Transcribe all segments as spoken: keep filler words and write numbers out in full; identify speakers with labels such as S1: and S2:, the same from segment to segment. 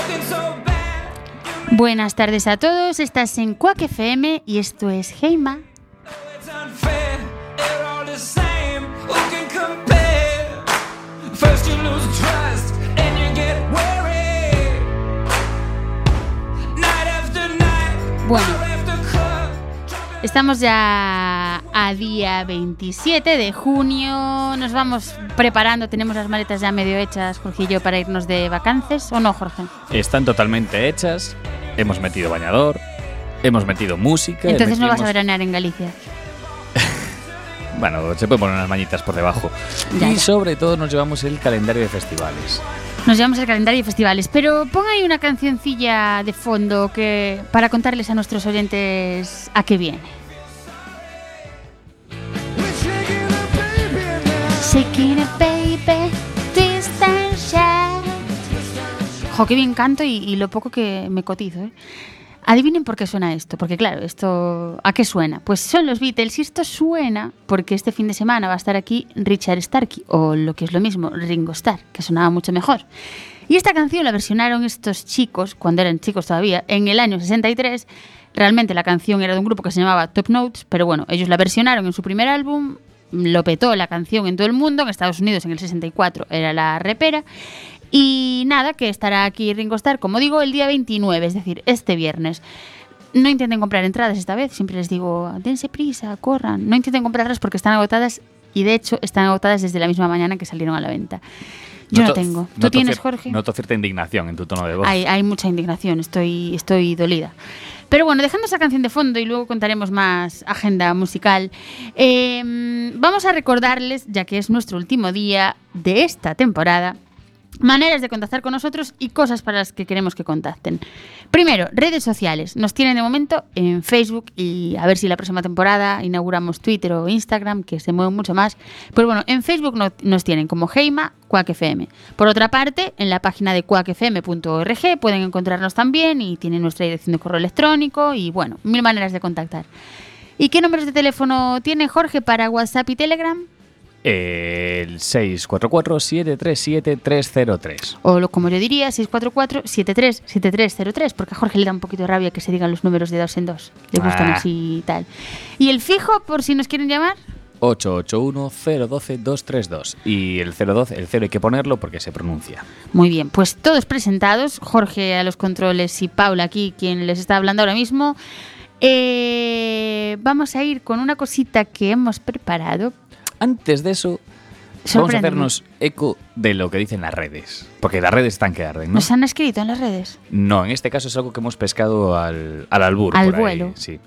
S1: Buenas tardes a todos, estás en Quack F M y esto es Heima. Bueno, estamos ya a día veintisiete de junio, nos vamos preparando, tenemos las maletas ya medio hechas, Jorge y yo, para irnos de vacances, ¿o no, Jorge?
S2: Están totalmente hechas, hemos metido bañador, hemos metido música...
S1: Entonces
S2: metimos...
S1: no vas a veranear en Galicia.
S2: Bueno, se pueden poner unas mañitas por debajo.
S1: Ya,
S2: y
S1: ya.
S2: sobre todo nos llevamos el calendario de festivales.
S1: Nos llevamos el calendario de festivales, pero pon ahí una cancioncilla de fondo que para contarles a nuestros oyentes a qué viene. Shaking it, baby, twist and shout. Jo, qué bien canto y, y lo poco que me cotizo, ¿eh? Adivinen por qué suena esto, porque claro, esto ¿a qué suena? Pues son los Beatles y esto suena porque este fin de semana va a estar aquí Richard Starkey, o lo que es lo mismo, Ringo Starr, que sonaba mucho mejor. Y esta canción la versionaron estos chicos, cuando eran chicos todavía, en el año sesenta y tres. Realmente la canción era de un grupo que se llamaba Top Notes, pero bueno, ellos la versionaron en su primer álbum, lo petó la canción en todo el mundo, en Estados Unidos en el sesenta y cuatro era la repera. Y nada, que estará aquí Ringo Starr, como digo, el día veintinueve, es decir, este viernes. No intenten comprar entradas esta vez, siempre les digo, dense prisa, corran. No intenten comprarlas porque están agotadas y de hecho están agotadas desde la misma mañana que salieron a la venta. Yo no, no tengo. ¿Tú
S2: noto
S1: tienes,
S2: cier-
S1: Jorge?
S2: Noto cierta indignación en tu tono de voz.
S1: Hay, hay mucha indignación, estoy, estoy dolida. Pero bueno, dejando esa canción de fondo y luego contaremos más agenda musical, eh, vamos a recordarles, ya que es nuestro último día de esta temporada, maneras de contactar con nosotros y cosas para las que queremos que contacten. Primero, redes sociales. Nos tienen de momento en Facebook y a ver si la próxima temporada inauguramos Twitter o Instagram, que se mueven mucho más. Pero bueno, en Facebook no, nos tienen como Heima, Quack F M. Por otra parte, en la página de quack f m punto org pueden encontrarnos también y tienen nuestra dirección de correo electrónico y bueno, mil maneras de contactar. ¿Y qué números de teléfono tiene Jorge para WhatsApp y Telegram?
S2: El seis cuatro cuatro, siete tres siete, tres cero tres.
S1: O lo, como yo diría, seis cuatro cuatro, siete tres siete tres cero tres, porque a Jorge le da un poquito de rabia que se digan los números de dos en dos. Le gustan
S2: Ah.
S1: así y tal. ¿Y el fijo, por si nos quieren llamar?
S2: ocho ocho uno, cero uno dos, dos tres dos. Y el cero doce, el cero hay que ponerlo porque se pronuncia.
S1: Muy bien, pues todos presentados. Jorge a los controles y Paula aquí, quien les está hablando ahora mismo. Eh, vamos a ir con una cosita que hemos preparado.
S2: Antes de eso, vamos a hacernos eco de lo que dicen las redes. Porque las redes están que arden, ¿no?
S1: ¿Nos han escrito en las redes?
S2: No, en este caso es algo que hemos pescado al, al albur.
S1: Al
S2: por ahí,
S1: vuelo.
S2: Sí.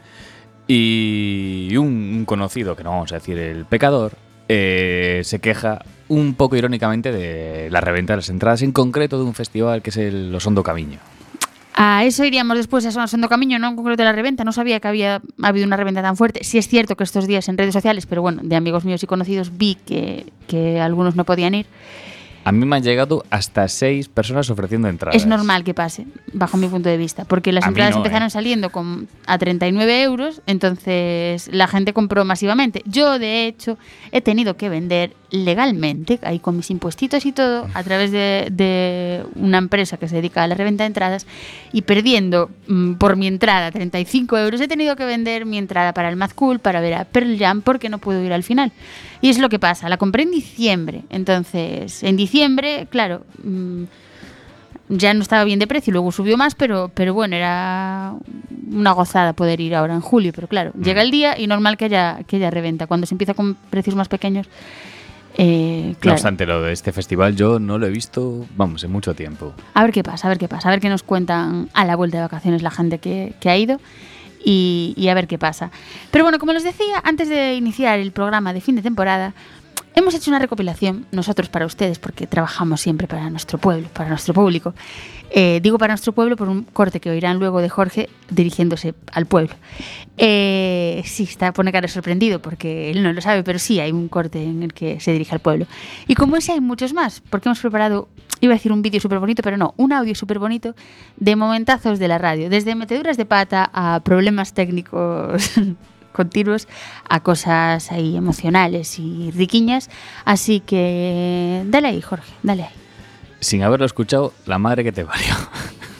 S2: Y un, un conocido, que no vamos a decir el pecador, eh, se queja un poco irónicamente de la reventa de las entradas, en concreto de un festival que es el Osondo Camiño.
S1: A eso iríamos después, a Sondo Camiño, no en concreto de la reventa. No sabía que había habido una reventa tan fuerte. Sí es cierto que estos días en redes sociales, pero bueno, de amigos míos y conocidos vi que, que algunos no podían ir.
S2: A mí me han llegado hasta seis personas ofreciendo entradas.
S1: Es normal que pase, bajo mi punto de vista, porque las
S2: A mí
S1: entradas
S2: no,
S1: empezaron
S2: ¿eh?
S1: saliendo con, a treinta y nueve euros, entonces la gente compró masivamente. Yo, de hecho, he tenido que vender legalmente, ahí con mis impuestitos y todo, a través de, de una empresa que se dedica a la reventa de entradas, y perdiendo mm, por mi entrada treinta y cinco euros, he tenido que vender mi entrada para el Mad Cool, para ver a Pearl Jam, porque no puedo ir al final. Y es lo que pasa, la compré en diciembre, entonces en diciembre, claro, mmm, ya no estaba bien de precio, luego subió más, pero, pero bueno, era una gozada poder ir ahora en julio, pero claro, mm. llega el día y normal que haya, que haya reventa. Cuando se empieza con precios más pequeños, eh, claro.
S2: No obstante, lo de este festival yo no lo he visto, vamos, en mucho tiempo.
S1: A ver qué pasa, a ver qué pasa, a ver qué nos cuentan a la vuelta de vacaciones la gente que, que ha ido. Y, y a ver qué pasa. Pero bueno, como les decía, antes de iniciar el programa de fin de temporada, hemos hecho una recopilación, nosotros para ustedes, porque trabajamos siempre para nuestro pueblo, para nuestro público. Eh, digo para nuestro pueblo por un corte que oirán luego de Jorge dirigiéndose al pueblo. Eh, sí, está, pone cara sorprendido porque él no lo sabe, pero sí hay un corte en el que se dirige al pueblo. Y como ese hay muchos más, porque hemos preparado, iba a decir un vídeo súper bonito, pero no, un audio súper bonito de momentazos de la radio, desde meteduras de pata a problemas técnicos continuos, a cosas ahí emocionales y riquiñas. Así que dale ahí, Jorge, dale ahí.
S2: Sin haberlo escuchado, la madre que te parió.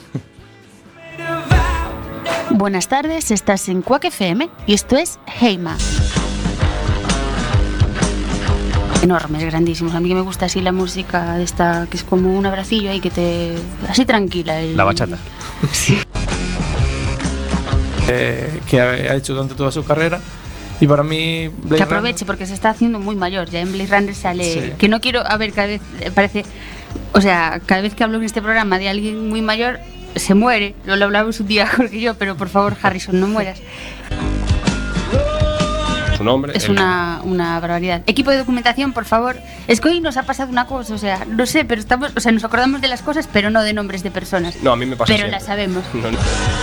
S1: Buenas tardes, estás en Quack F M y esto es Heima. Enormes, grandísimos. A mí que me gusta así la música de esta, que es como un abracillo ahí que te... así tranquila. El...
S2: La bachata.
S1: Sí.
S3: Eh, que ha hecho durante toda su carrera. Y para mí Blade
S1: que aproveche
S3: Runner,
S1: porque se está haciendo muy mayor. Ya en Blade Runner sale...
S3: Sí.
S1: Que no quiero... A ver, cada vez parece... O sea, cada vez que hablo en este programa de alguien muy mayor, se muere. Lo, lo hablamos un día Jorge y yo, pero por favor, Harrison, no mueras.
S3: su nombre.
S1: Es
S3: el-
S1: una, una barbaridad. Equipo de documentación, por favor. Es que hoy nos ha pasado una cosa, o sea, no sé, pero estamos... O sea, nos acordamos de las cosas, pero no de nombres de personas.
S3: No, a mí me pasa
S1: Pero
S3: siempre.
S1: las sabemos.
S3: No, no.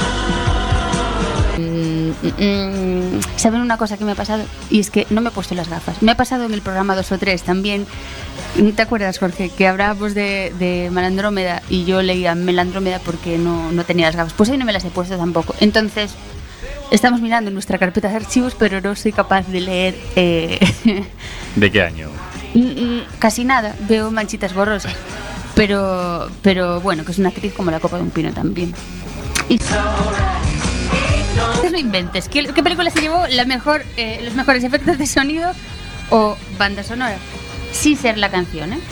S1: Mm, mm, ¿Saben una cosa que me ha pasado? Y es que no me he puesto las gafas. Me ha pasado en el programa dos o tres también. ¿Te acuerdas, Jorge? Que hablábamos de, de Malandrómeda y yo leía Melandrómeda porque no, no tenía las gafas. Pues hoy no me las he puesto tampoco. Entonces, estamos mirando nuestra carpeta de archivos, pero no soy capaz de leer eh,
S2: ¿De qué año?
S1: mm, mm, casi nada. Veo manchitas borrosas. Pero, pero bueno, que es una actriz como la copa de un pino también. Y... No inventes. ¿Qué, qué película se llevó la mejor, eh, los mejores efectos de sonido o banda sonora? Sin ser la canción, ¿eh?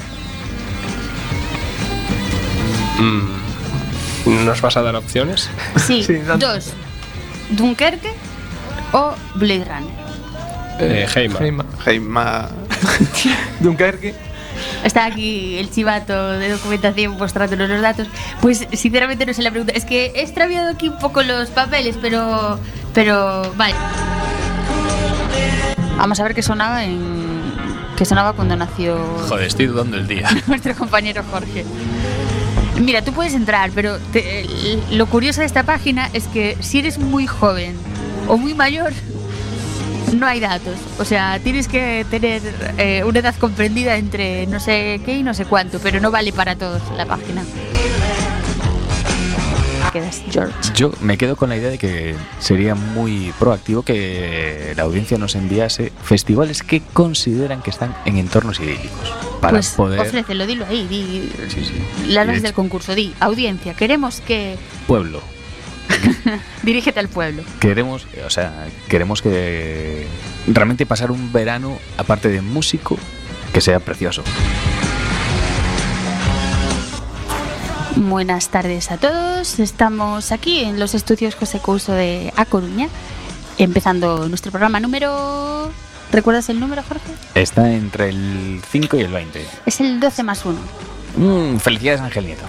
S3: Mm. ¿Nos vas a dar opciones?
S1: Sí,
S3: Sí, tanto.
S1: dos. Dunkerque o Blade Runner.
S3: Eh, Heima.
S4: Heima.
S5: Heima.
S3: Dunkerque.
S1: Está aquí el chivato de documentación mostrándonos los datos. Pues sinceramente no sé la pregunta. Es que he extraviado aquí un poco los papeles, pero... Pero... Vale. Vamos a ver qué sonaba en... Qué sonaba cuando nació...
S2: Joder, estoy dudando el día.
S1: Nuestro compañero Jorge. Mira, tú puedes entrar, pero te- lo curioso de esta página es que si eres muy joven o muy mayor, no hay datos. O sea, tienes que tener eh, una edad comprendida entre no sé qué y no sé cuánto, pero no vale para todos la página. Quedas, George.
S2: Yo me quedo con la idea de que sería muy proactivo que la audiencia nos enviase festivales que consideran que están en entornos idílicos. Para
S1: Pues
S2: poder...
S1: ofrécelo, dilo ahí, di
S2: Sí, sí.
S1: las
S2: Y de
S1: bases del
S2: hecho-
S1: concurso, di, audiencia, queremos que...
S2: Pueblo.
S1: Dirígete al pueblo.
S2: Queremos, o sea, queremos que realmente pasar un verano, aparte de músico, que sea precioso.
S1: Buenas tardes a todos. Estamos aquí en los estudios José Couso de A Coruña, empezando nuestro programa número... ¿Recuerdas el número, Jorge?
S2: Está entre el cinco y el veinte.
S1: Es el doce más uno.
S2: Mm, felicidades, Ángel Nieto.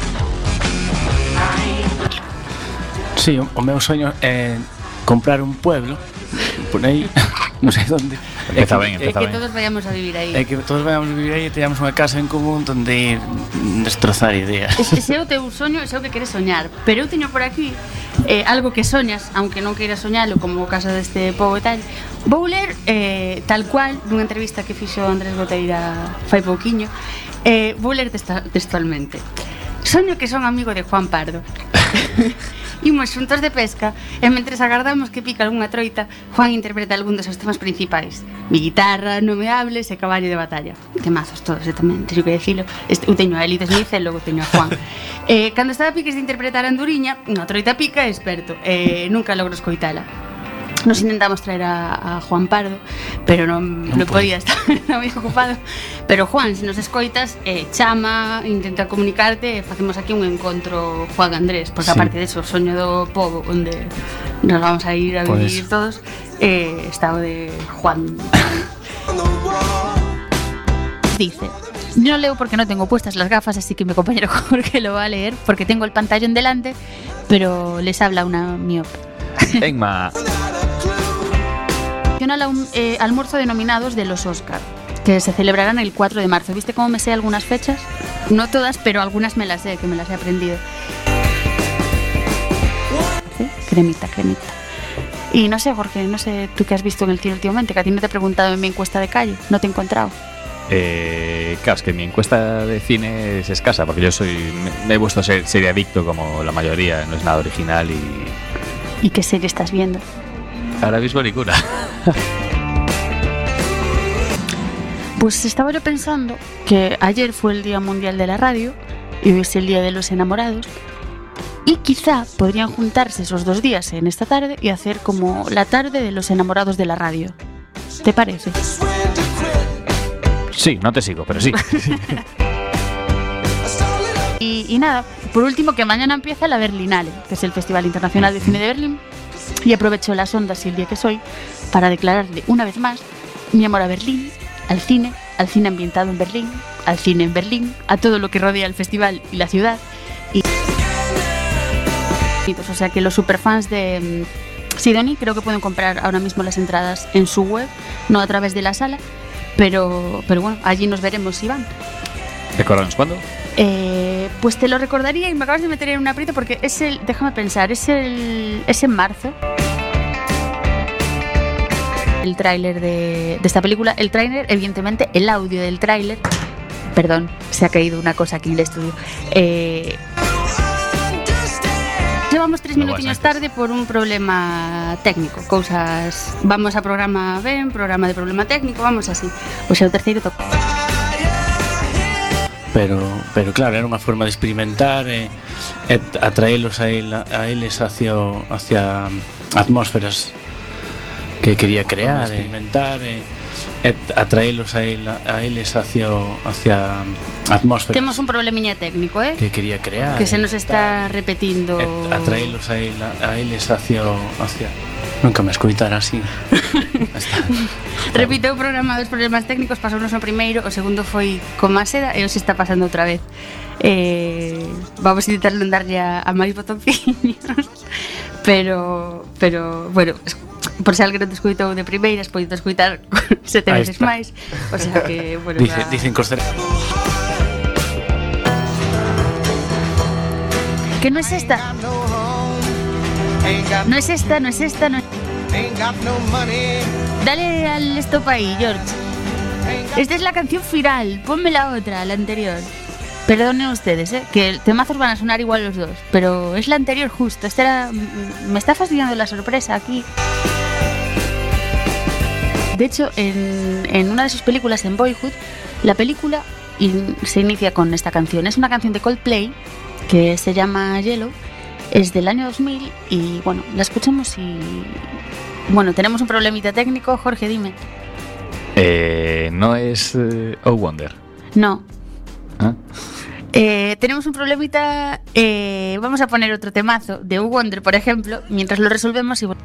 S4: Sí, o, o meu soño é comprar un pueblo por aí, non sei onde.
S2: Empeza
S4: É que-
S2: ben, empeza
S1: Que
S2: ben.
S1: todos vayamos a vivir ahí.
S4: É que todos vayamos a vivir aí e teñamos unha casa en común onde ir destrozar ideas.
S1: Ese ese é o teu soño, ese é o que queres soñar. Pero eu teño por aquí eh, algo que soñas, aunque non queiras soñalo, como o caso deste pobo e tal. Vou ler eh, tal cual dunha entrevista que fixo Andrés Boteira fai pouquiño. eh, Vou ler texta- textualmente. Soño que son amigo de Juan Pardo. Imos xuntos de pesca e mentres agardamos que pica algunha troita, Juan interpreta algún dos seus temas principais: Mi guitarra, Non me hables e Caballo de batalla. Temazos todos, eh, tamén, teño que dicilo. Este, eu teño a Elite Smith e logo teño a Juan. eh, Cando estaba a piques de interpretar a Anduriña, unha troita pica é experto, e eh, nunca logro escoitala. Nos intentamos traer a, a Juan Pardo, pero non, non, non podía estar, estaba moi ocupado. Pero Juan, se nos escoitas, eh, chama, intenta comunicarte, e facemos aquí un encontro Juan Andrés, porque
S4: Sí.
S1: aparte de eso, o soño do pobo, onde nos vamos a ir a
S4: Pues-
S1: vivir todos, eh, está o de Juan. Dice: no leo porque no tengo puestas las gafas, así que mi compañero Jorge lo va a leer, porque tengo el pantallón delante, pero les habla una miope.
S2: Enma.
S1: Al eh, almuerzo de nominados de los Oscar, que se celebrarán el cuatro de marzo. ¿Viste cómo me sé algunas fechas? No todas, pero algunas me las sé, que me las he aprendido. ¿Sí? Cremita, cremita. Y no sé, Jorge, no sé tú qué has visto en el cine últimamente, que a ti no te he preguntado en mi encuesta de calle, no te he encontrado.
S2: Eh, claro, es que mi encuesta de cine es escasa, porque yo soy me, me he puesto ser serie adicto como la mayoría, no es nada original y
S1: ¿Y qué serie estás viendo?
S2: ahora mismo ninguna.
S1: Pues estaba yo pensando que ayer fue el Día Mundial de la Radio y hoy es el Día de los Enamorados. Y quizá podrían juntarse esos dos días en esta tarde y hacer como la tarde de los enamorados de la radio. ¿Te parece?
S2: Sí, no te sigo, pero sí.
S1: y, y nada, por último, que mañana empieza la Berlinale, que es el Festival Internacional de Cine de Berlín. Y aprovecho las ondas y el día que soy para declararle una vez más mi amor a Berlín, al cine, al cine ambientado en Berlín, al cine en Berlín, a todo lo que rodea el festival y la ciudad. Y... O sea que los superfans de um, Sidonie creo que pueden comprar ahora mismo las entradas en su web, no a través de la sala, pero, pero bueno, allí nos veremos si van.
S2: ¿Recuérdanos cuándo?
S1: Eh, pues te lo recordaría y me acabas de meter en un aprieto porque es el, déjame pensar, es el, es en marzo. El tráiler de, de esta película, el tráiler, evidentemente, el audio del tráiler. Perdón, se ha caído una cosa aquí en el estudio. Eh, Llevamos tres minutillos tarde por un problema técnico. Cousas, vamos a programa ben, programa de problema técnico, vamos así. O sea, o terceiro toco.
S4: Pero, pero claro, era unha forma de experimentar e, e atraelos a, el, a eles hacia, hacia atmósferas que quería crear, experimentar e, e atraelos a, el, a eles hacia, hacia atmósferas.
S1: Temos un problemiña técnico, eh?
S4: Que quería crear.
S1: Que se nos está repetindo.
S4: Atraelos a, el, a eles hacia, hacia... Nunca me escoitara así.
S1: Repite o programa dos problemas técnicos, pasounos no primeiro, o segundo foi con má seda e os está pasando outra vez. Eh, vamos a intentar non darlle a, a máis botonciños, pero, pero, bueno, por se alguén non te escoitou de primeiras, podes escoitar sete veces máis, o sea que, bueno,
S4: Dice,
S1: la...
S4: dicen cos cere...
S1: Que no es esta. No es esta, no es esta, no es... Dale al stop ahí, George. Esta es la canción final. Ponme la otra, la anterior. Perdonen ustedes, ¿eh? Que temazos van a sonar igual los dos, pero es la anterior justo. Esta era... Me está fastidiando la sorpresa aquí. De hecho, en, en una de sus películas, en Boyhood, la película in, se inicia con esta canción. Es una canción de Coldplay que se llama Yellow. Es del año dos mil y, bueno, la escuchamos y... Bueno, tenemos un problemita técnico. Jorge, dime.
S2: Eh, no es eh, Oh Wonder.
S1: No.
S2: ¿Ah?
S1: Eh, tenemos un problemita. Eh, vamos a poner otro temazo de Oh Wonder, por ejemplo, mientras lo resolvemos y...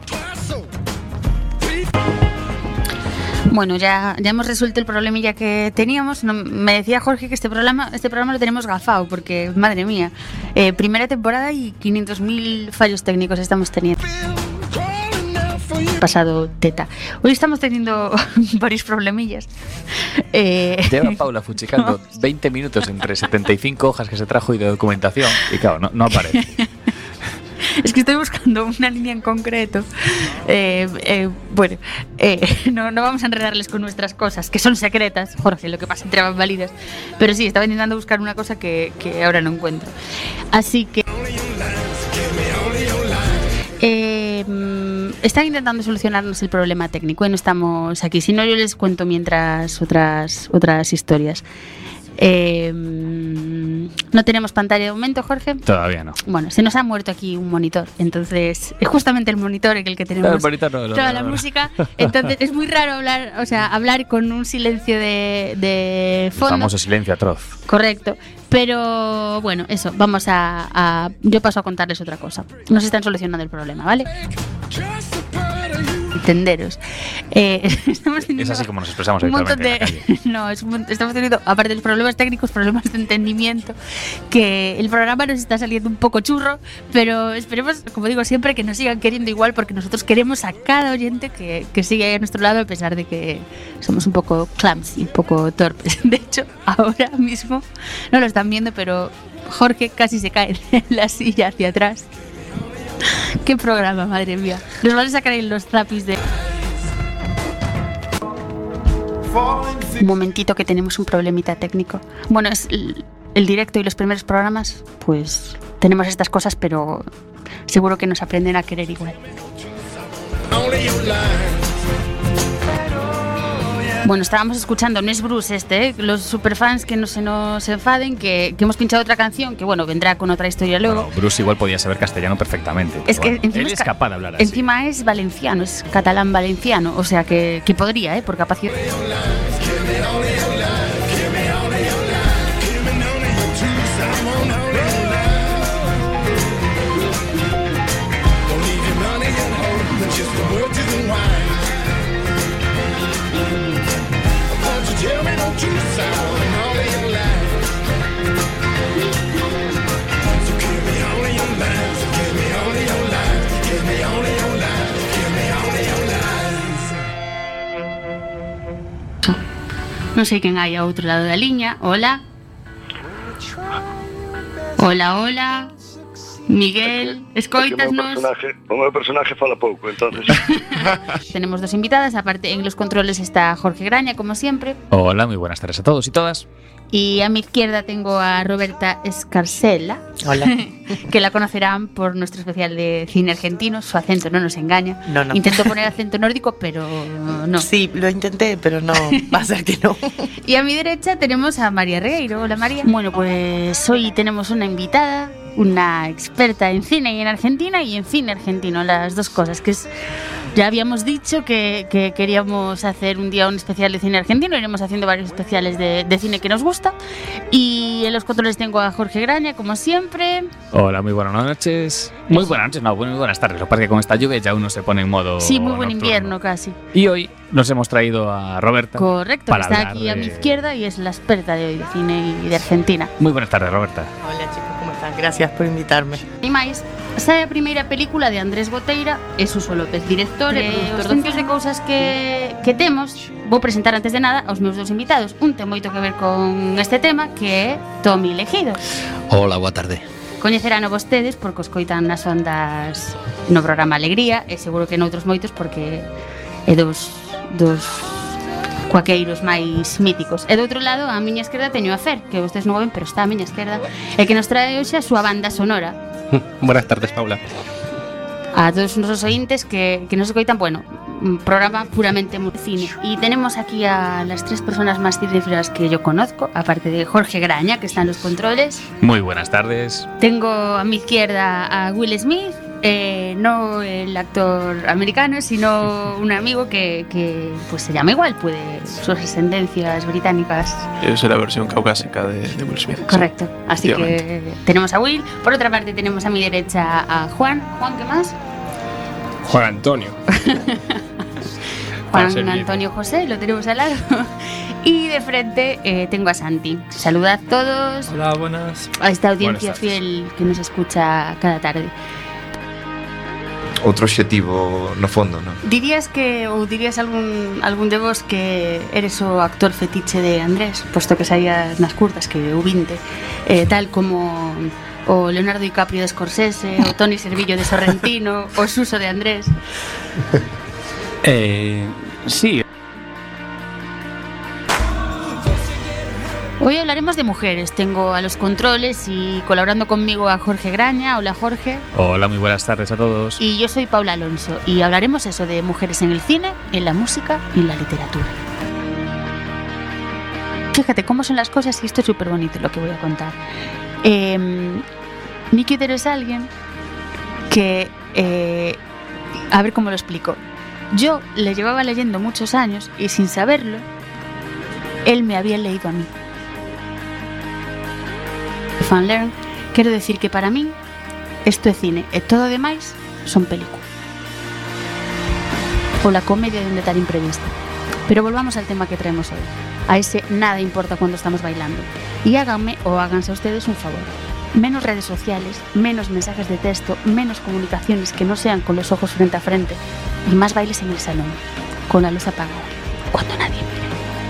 S1: Bueno, ya, ya hemos resuelto el problemilla que teníamos. No, me decía Jorge que este programa, este programa lo tenemos gafado porque, madre mía, eh, primera temporada y quinientos mil fallos técnicos estamos teniendo. Pasado teta. Hoy estamos teniendo varios problemillas. Eh,
S2: Lleva Paula fuchicando no. veinte minutos entre setenta y cinco hojas que se trajo y de documentación y claro, no, no aparece.
S1: Es que estoy buscando una línea en concreto. Eh, eh, bueno, eh, no, no vamos a enredarles con nuestras cosas, que son secretas, Jorge, lo que pasa entre bambalinas. Pero sí, estaba intentando buscar una cosa que, que ahora no encuentro. Así que... Eh, están intentando solucionarnos el problema técnico y no estamos aquí. Si no, yo les cuento mientras otras, otras historias. Eh, no tenemos pantalla de momento, Jorge.
S2: Todavía no.
S1: Bueno, se nos ha muerto aquí un monitor. Entonces, es justamente el monitor en el que tenemos
S2: el monitor no, no,
S1: toda
S2: no,
S1: la
S2: no.
S1: música. Entonces, es muy raro hablar, o sea, hablar con un silencio de, de fondo.
S2: El famoso silencio atroz.
S1: Correcto. Pero bueno, eso, vamos a, a... Yo paso a contarles otra cosa. Nos están solucionando el problema, ¿vale? Entenderos. Eh, estamos
S2: es así como nos expresamos
S1: un montón
S2: habitualmente
S1: de,
S2: en la calle.
S1: No, es un, estamos teniendo, aparte de los problemas técnicos, problemas de entendimiento, que el programa nos está saliendo un poco churro, pero esperemos, como digo siempre, que nos sigan queriendo igual, porque nosotros queremos a cada oyente que, que sigue ahí a nuestro lado, a pesar de que somos un poco clumsy, un poco torpes. De hecho, ahora mismo no lo están viendo, pero Jorge casi se cae en la silla hacia atrás. Qué programa, madre mía. Nos van a sacar ahí los zapis de... Un momentito que tenemos un problemita técnico. Bueno, es el, el directo y los primeros programas, pues tenemos estas cosas, pero seguro que nos aprenden a querer igual. Bueno, estábamos escuchando, no es Bruce este, ¿eh? Los superfans que no se nos enfaden, que, que hemos pinchado otra canción, que bueno, vendrá con otra historia luego.
S2: Bueno, Bruce igual podía saber castellano perfectamente.
S1: Es que
S2: bueno,
S1: encima
S2: él
S1: es
S2: es
S1: ca-
S2: capaz de hablar así.
S1: Encima es valenciano, es catalán valenciano, o sea que, que podría, ¿eh? Por capacidad. No sei quen hai ao outro lado da liña. Hola. Hola, hola. Miguel, escoitasnos.
S5: O meu personaje, o meu personaje fala pouco, entonces.
S1: Tenemos dos invitadas, aparte en los controles está Jorge Graña, como siempre.
S2: Hola, muy buenas tardes a todos y todas.
S1: Y a mi izquierda tengo a Roberta Escarcela.
S6: Hola.
S1: Que la conocerán por nuestro especial de cine argentino. Su acento no nos engaña.
S6: No, no.
S1: Intentó poner acento nórdico, pero no.
S6: Sí, lo intenté, pero no, va a ser que no.
S1: Y a mi derecha tenemos a María Regueiro. Hola, María. Bueno, pues hoy tenemos una invitada, una experta en cine y en Argentina y en cine argentino, las dos cosas, que es... Ya habíamos dicho que, que queríamos hacer un día un especial de cine argentino, iremos haciendo varios especiales de, de cine que nos gusta. Y en los controles tengo a Jorge Graña, como siempre.
S2: Hola, muy buenas noches. Muy buenas noches, no, muy buenas tardes. Lo que pasa es que con esta lluvia ya uno se pone en modo
S1: Sí, muy buen
S2: nocturno.
S1: invierno casi.
S2: Y hoy nos hemos traído a Roberta.
S1: Correcto, que
S2: para
S1: está
S2: hablar
S1: aquí a mi
S2: de-
S1: izquierda y es la experta de hoy de cine y de Argentina.
S2: Muy buenas tardes, Roberta.
S6: Hola chicos, ¿cómo están? Gracias por invitarme.
S1: E máis, sae a primeira película de Andrés Boteira e Suso López, director e os centros de cousas que, que temos. Vou presentar antes de nada aos meus dous invitados. Un ten moito que ver con este tema, que é Tomi Legido.
S7: Hola, boa tarde.
S1: Coñecerán vostedes porque os coitan nas ondas no programa Alegría e seguro que noutros moitos porque é dos, dos cuaqueiros máis míticos. E do outro lado, a miña esquerda teño a Fer, que vostedes non o ven, pero está a miña esquerda, e que nos trae hoxe a súa banda sonora.
S7: Buenas tardes, Paula.
S1: A todos os nosos ointes que, que nos escoitan, bueno, un programa puramente muy cine. Y tenemos aquí a las tres personas más cinéfilas que yo conozco, aparte de Jorge Graña, que está en los controles.
S2: Muy buenas tardes.
S1: Tengo a mi izquierda a Will Smith, eh, no el actor americano, sino un amigo que, que pues se llama igual, puede sus ascendencias británicas.
S3: Yo soy la versión caucásica de, de Will Smith.
S1: Correcto. Así que
S3: efectivamente.
S1: tenemos a Will. Por otra parte tenemos a mi derecha a Juan. Juan, ¿qué más?
S8: Juan Antonio. Para ser
S1: Juan
S8: bien.
S1: Antonio José, lo tenemos al lado. Y de frente eh, tengo a Santi. Saludad todos
S3: Hola, buenas.
S1: a esta audiencia
S8: Buenas tardes.
S1: fiel que nos escucha cada tarde.
S9: Outro obxectivo no fondo, non?
S1: Dirías que, ou dirías algún, algún de vos que eres o actor fetiche de Andrés, posto que saías nas curtas, que o vinte, eh, tal como o Leonardo DiCaprio de Scorsese, o Tony Servillo de Sorrentino, o Suso de Andrés.
S4: Eh, sí,
S1: Hoy hablaremos de mujeres. Tengo a los controles y colaborando conmigo a Jorge Graña. Hola, Jorge.
S2: Hola, muy buenas tardes a todos.
S1: Y yo soy Paula Alonso y hablaremos eso de mujeres en el cine, en la música y en la literatura. Fíjate cómo son las cosas y esto es súper bonito lo que voy a contar. Eh, Nicky Otero es alguien que, eh, a ver cómo lo explico. Yo le llevaba leyendo muchos años y sin saberlo, él me había leído a mí. Fan learn, quero decir que para min isto é cine e todo o demais son película. Ou la comedia de un detalle imprevisto. Pero volvamos al tema que traemos hoy, a ese nada importa cuando estamos bailando. Y háganme o háganse a ustedes un favor. Menos redes sociales, menos mensajes de texto, menos comunicaciones que no sean con los ojos frente a frente y más bailes en el salón, con la luz apagada, cuando nadie mira.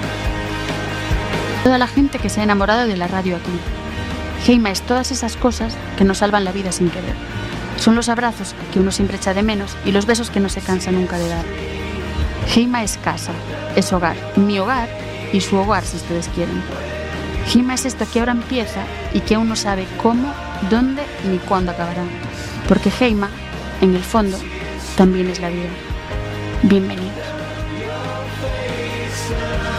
S1: Toda la gente que se ha enamorado de la radio aquí. Heima es todas esas cosas que nos salvan la vida sin querer. Son los abrazos que uno siempre echa de menos y los besos que no se cansa nunca de dar. Heima es casa, es hogar, mi hogar y su hogar si ustedes quieren. Heima es esto que ahora empieza y que aún no sabe cómo, dónde ni cuándo acabará. Porque Heima, en el fondo, también es la vida. Bienvenidos.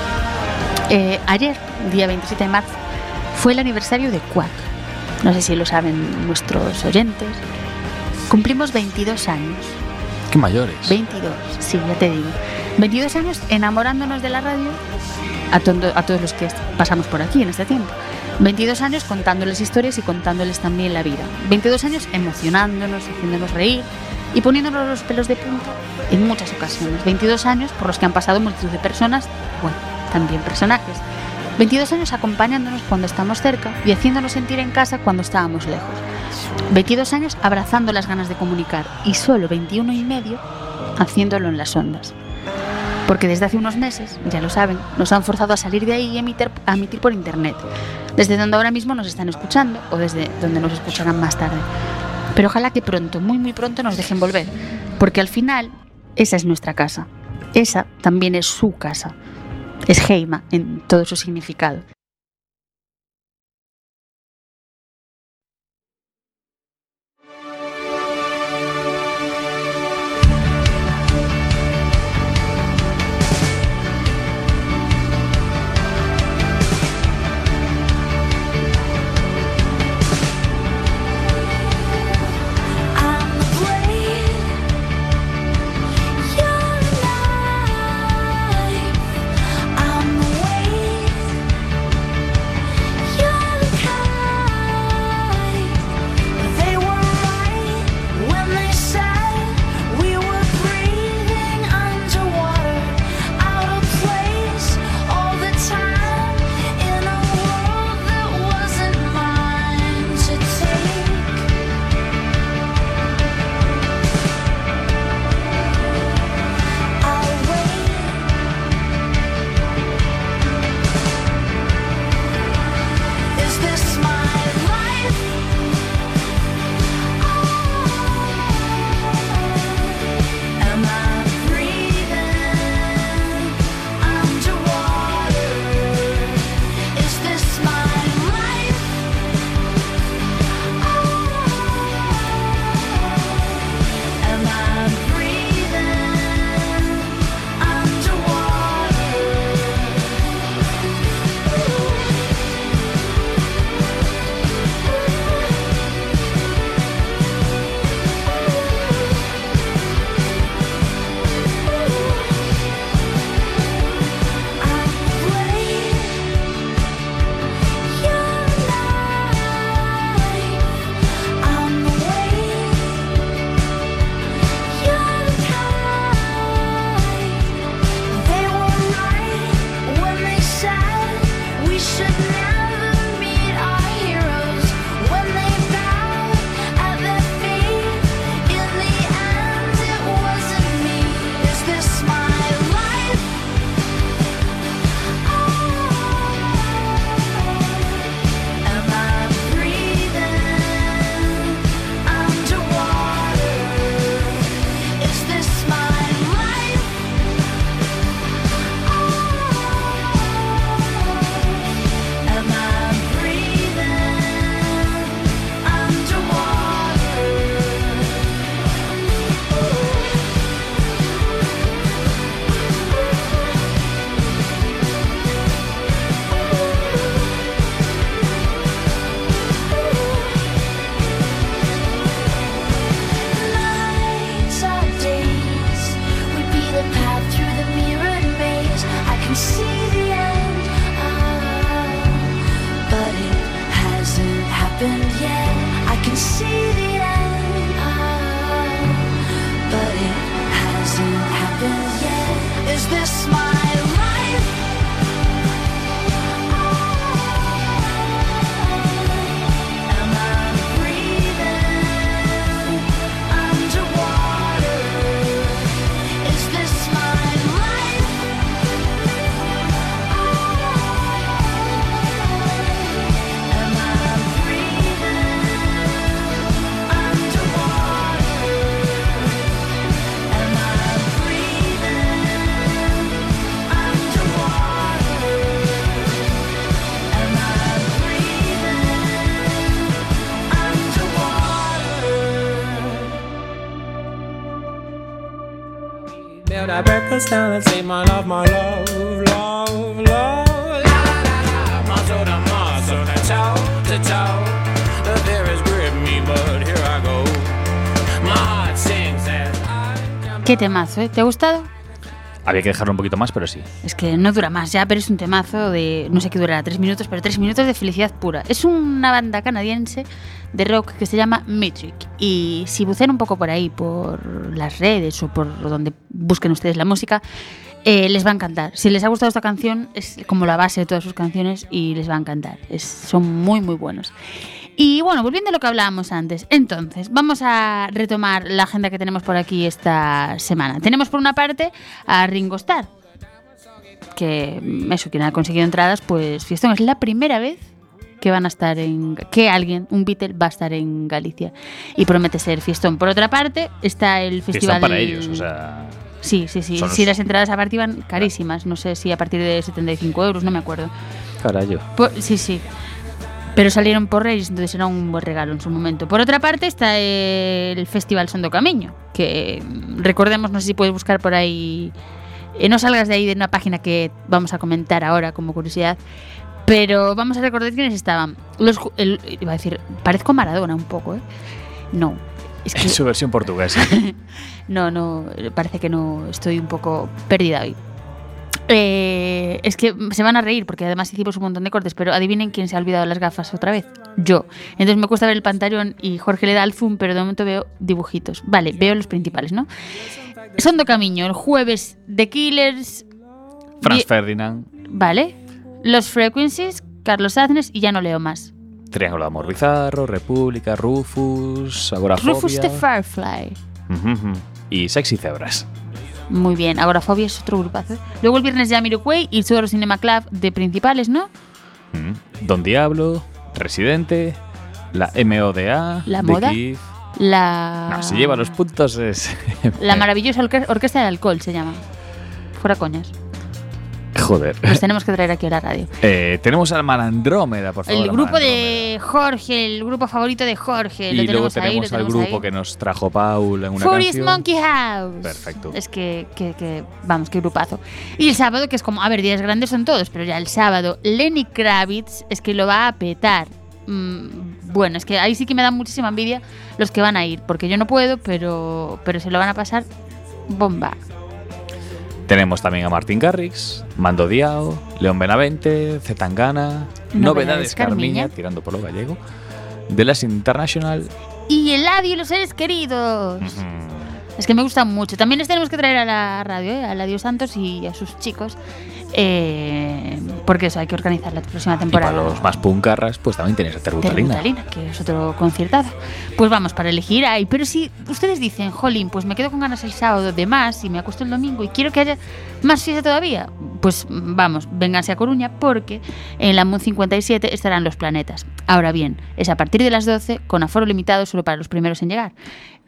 S1: Eh, ayer, día veintisiete de marzo, fue el aniversario de Quack. No sé si lo saben nuestros oyentes. Cumplimos veintidós años.
S2: ¡Qué mayores!
S1: veintidós, sí, ya te digo. veintidós años enamorándonos de la radio a, to- a todos los que pasamos por aquí en este tiempo. veintidós años contándoles historias y contándoles también la vida. veintidós años emocionándonos, haciéndonos reír y poniéndonos los pelos de punta en muchas ocasiones. veintidós años por los que han pasado multitud de personas, bueno, también personajes. veintidós años acompañándonos cuando estamos cerca y haciéndonos sentir en casa cuando estábamos lejos. veintidós años abrazando las ganas de comunicar y solo veintiuno y medio haciéndolo en las ondas. Porque desde hace unos meses, ya lo saben, nos han forzado a salir de ahí y emitir, a emitir por internet, desde donde ahora mismo nos están escuchando o desde donde nos escucharán más tarde. Pero ojalá que pronto, muy muy pronto nos dejen volver, porque al final esa es nuestra casa, esa también es su casa, es Heima en todo su significado.
S10: Build a breakfast down and say my love, my love, love, love.
S1: Qué temazo, ¿eh? ¿Te ha gustado?
S2: Había que dejarlo un poquito más, pero sí.
S1: Es que no dura más ya, pero es un temazo de, no sé qué durará, tres minutos, pero tres minutos de felicidad pura. Es una banda canadiense de rock que se llama Metric. Y si bucean un poco por ahí, por las redes o por donde busquen ustedes la música, eh, les va a encantar. Si les ha gustado esta canción, es como la base de todas sus canciones y les va a encantar. Es, son muy, muy buenos. Y bueno, volviendo a lo que hablábamos antes, entonces, vamos a retomar la agenda que tenemos por aquí esta semana. Tenemos por una parte a Ringo Starr, que eso, quien ha conseguido entradas, pues fiestón, es la primera vez que van a estar en, que alguien, un Beatle, va a estar en Galicia y promete ser fiestón. Por otra parte, está el festival...
S2: Fiestón para ellos, o sea...
S1: Sí, sí, sí.
S2: Son
S1: Sí,
S2: los...
S1: las entradas aparte iban carísimas, no sé si a partir de setenta y cinco euros, no me acuerdo.
S2: Carayo.
S1: Por, sí, sí. Pero salieron por Reyes, entonces era un buen regalo en su momento. Por otra parte está el Festival Son do Camiño, que recordemos, no sé si puedes buscar por ahí, eh, no salgas de ahí de una página que vamos a comentar ahora como curiosidad, pero vamos a recordar quiénes estaban. Los, el, iba a decir, parezco Maradona un poco, ¿eh? No. Es que,
S2: en su versión portuguesa.
S1: no, no, parece que no, estoy un poco perdida hoy. Eh, es que se van a reír porque además hicimos un montón de cortes, pero adivinen quién se ha olvidado las gafas otra vez. Yo. Entonces me cuesta ver el pantallón y Jorge le da al zoom, pero de momento veo dibujitos. Vale, veo los principales, ¿no? Son do Camiño, el jueves The Killers,
S2: Franz
S1: Die-
S2: Ferdinand,
S1: vale, Los Frequencies, Carlos Aznes y ya no leo más.
S2: Triángulo de Amor Bizarro, República, Rufus, Agorafobia...
S1: Rufus the Firefly.
S2: Uh-huh, uh-huh. Y Sexy Cebras.
S1: Muy bien, Agorafobia es otro grupazo. Luego el viernes ya Miroquai y Soro Cinema Club de principales, ¿no?
S2: Mm. Don Diablo, Residente, la M O D A,
S1: La
S2: The
S1: Moda,
S2: Kid.
S1: La...
S2: No, si lleva los puntos es...
S1: La maravillosa orque- Orquesta del Alcohol se llama. Fuera coñas.
S2: Joder.
S1: Los tenemos que traer aquí a la radio.
S2: Eh, tenemos al Malandrómeda, por favor.
S1: El grupo de Jorge, el grupo favorito de Jorge.
S2: Y
S1: lo
S2: luego
S1: tenemos ahí,
S2: tenemos
S1: lo
S2: al
S1: tenemos
S2: grupo
S1: ahí.
S2: que nos trajo Paul en una
S1: Furious
S2: canción.
S1: Monkey House.
S2: Perfecto.
S1: Es que, que, que, vamos, qué grupazo. Y el sábado, que es como, a ver, días grandes son todos, pero ya el sábado, Lenny Kravitz es que lo va a petar. Mm, bueno, es que ahí sí que me da muchísima envidia los que van a ir, porque yo no puedo, pero, pero se lo van a pasar bomba.
S2: Tenemos también a Martin Garrix, Mando Diao, León Benavente, Zetangana,
S1: Novedades
S2: Novedades
S1: Carmiña.
S2: Carmiña, tirando por lo gallego, The Last International.
S1: Y Eladio y los seres queridos.
S2: Mm,
S1: Es que me gustan mucho. También les tenemos que traer a la radio, ¿eh? A Eladio Santos y a sus chicos. Eh, porque eso, hay que organizar la próxima
S2: y
S1: temporada.
S2: para los más puncarras, pues también tenéis a Terbutalina.
S1: Terbutalina, que es otro conciertazo. Pues vamos, para elegir ahí. Pero si ustedes dicen, jolín, pues me quedo con ganas el sábado de más y me acuesto el domingo y quiero que haya más fiesta todavía, pues vamos, vénganse a Coruña porque en la M U N cincuenta y siete estarán Los Planetas. Ahora bien, es a partir de las doce con aforo limitado solo para los primeros en llegar.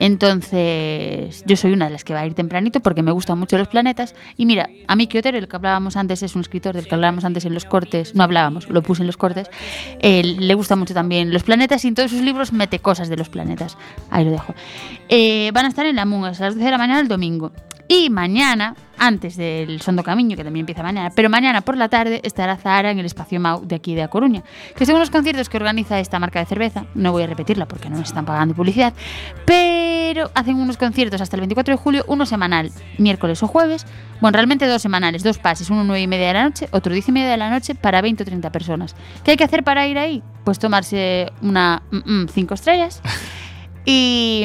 S1: Entonces, yo soy una de las que va a ir tempranito porque me gustan mucho Los Planetas. Y mira, a Miki Otero, el que hablábamos antes, es un escritor del que hablábamos antes en los cortes, no hablábamos, lo puse en los cortes, eh, le gusta mucho también Los Planetas y en todos sus libros mete cosas de los planetas. Ahí lo dejo. Eh, van a estar en la M U N a las doce de la mañana el domingo. Y mañana, antes del Son do Camiño, que también empieza mañana, pero mañana por la tarde estará Zahara en el Espacio Mau de aquí de A Coruña, que son unos conciertos que organiza esta marca de cerveza. No voy a repetirla porque no nos están pagando publicidad, pero hacen unos conciertos hasta el veinticuatro de julio, uno semanal, miércoles o jueves. Bueno, realmente dos semanales, dos pases, uno nueve y media de la noche, otro diez y media de la noche para veinte o treinta personas. ¿Qué hay que hacer para ir ahí? Pues tomarse una mm, mm, cinco estrellas. Y,